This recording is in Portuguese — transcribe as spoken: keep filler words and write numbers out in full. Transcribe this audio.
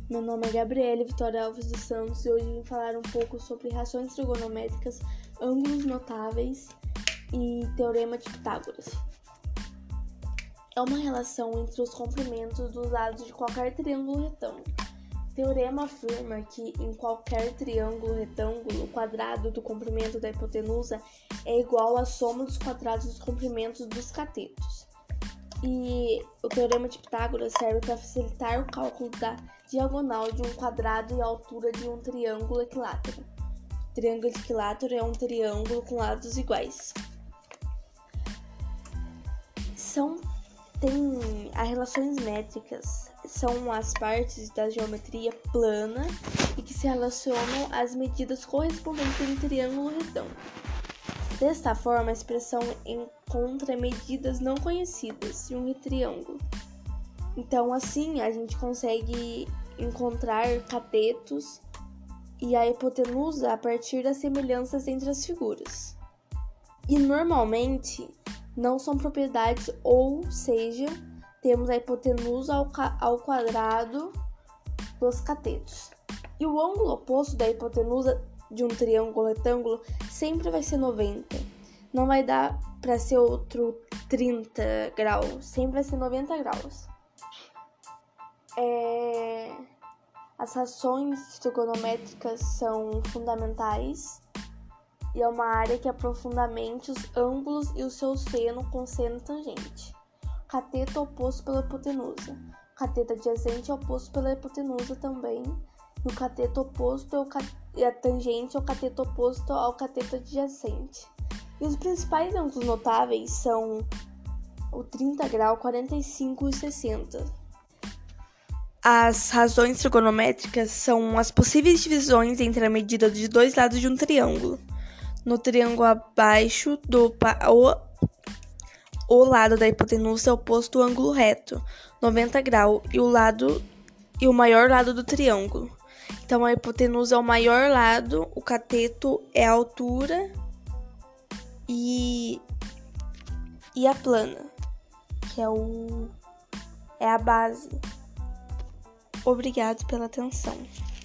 Meu nome é Gabriele Vitória Alves dos Santos e hoje vim falar um pouco sobre reações trigonométricas, ângulos notáveis e teorema de Pitágoras. É uma relação entre os comprimentos dos lados de qualquer triângulo retângulo. O teorema afirma que em qualquer triângulo retângulo, o quadrado do comprimento da hipotenusa é igual à soma dos quadrados dos comprimentos dos catetos. E o teorema de Pitágoras serve para facilitar o cálculo da diagonal de um quadrado e a altura de um triângulo equilátero. O triângulo equilátero é um triângulo com lados iguais. São tem as relações métricas, são as partes da geometria plana e que se relacionam às medidas correspondentes em triângulo retângulo. Desta forma, a expressão encontra medidas não conhecidas de um triângulo. Então, assim, a gente consegue encontrar catetos e a hipotenusa a partir das semelhanças entre as figuras. E, normalmente, não são propriedades, ou seja, temos a hipotenusa ao, ao quadrado dos catetos. E o ângulo oposto da hipotenusa de um triângulo retângulo sempre vai ser noventa. Não vai dar para ser outro trinta graus, sempre vai ser noventa graus. É... As rações trigonométricas são fundamentais e é uma área que aprofunda mente os ângulos e o seu seno com seno tangente. O cateto oposto pela hipotenusa. O cateto adjacente é oposto pela hipotenusa também. E o cateto oposto é o cat... e a tangente é o cateto oposto ao cateto adjacente. E os principais ângulos notáveis são o trinta graus, quarenta e cinco e sessenta. As razões trigonométricas são as possíveis divisões entre a medida de dois lados de um triângulo. No triângulo abaixo do o, o lado da hipotenusa é oposto ao ângulo reto, noventa graus, e o lado e o maior lado do triângulo. Então, a hipotenusa é o maior lado, o cateto é a altura e, e a plana, que é, o, é a base. Obrigado pela atenção.